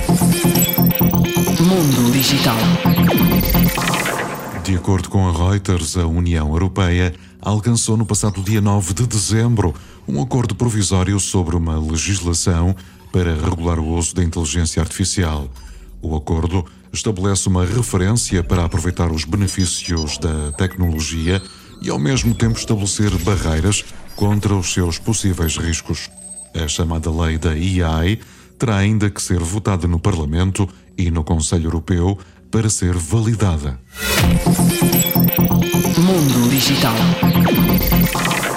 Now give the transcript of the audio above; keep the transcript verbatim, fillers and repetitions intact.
Mundo Digital. De acordo com a Reuters, a União Europeia alcançou no passado dia nove de dezembro um acordo provisório sobre uma legislação para regular o uso da inteligência artificial. O acordo estabelece uma referência para aproveitar os benefícios da tecnologia e ao mesmo tempo estabelecer barreiras contra os seus possíveis riscos. A chamada lei da A I terá ainda que ser votada no Parlamento e no Conselho Europeu para ser validada. Mundo Digital.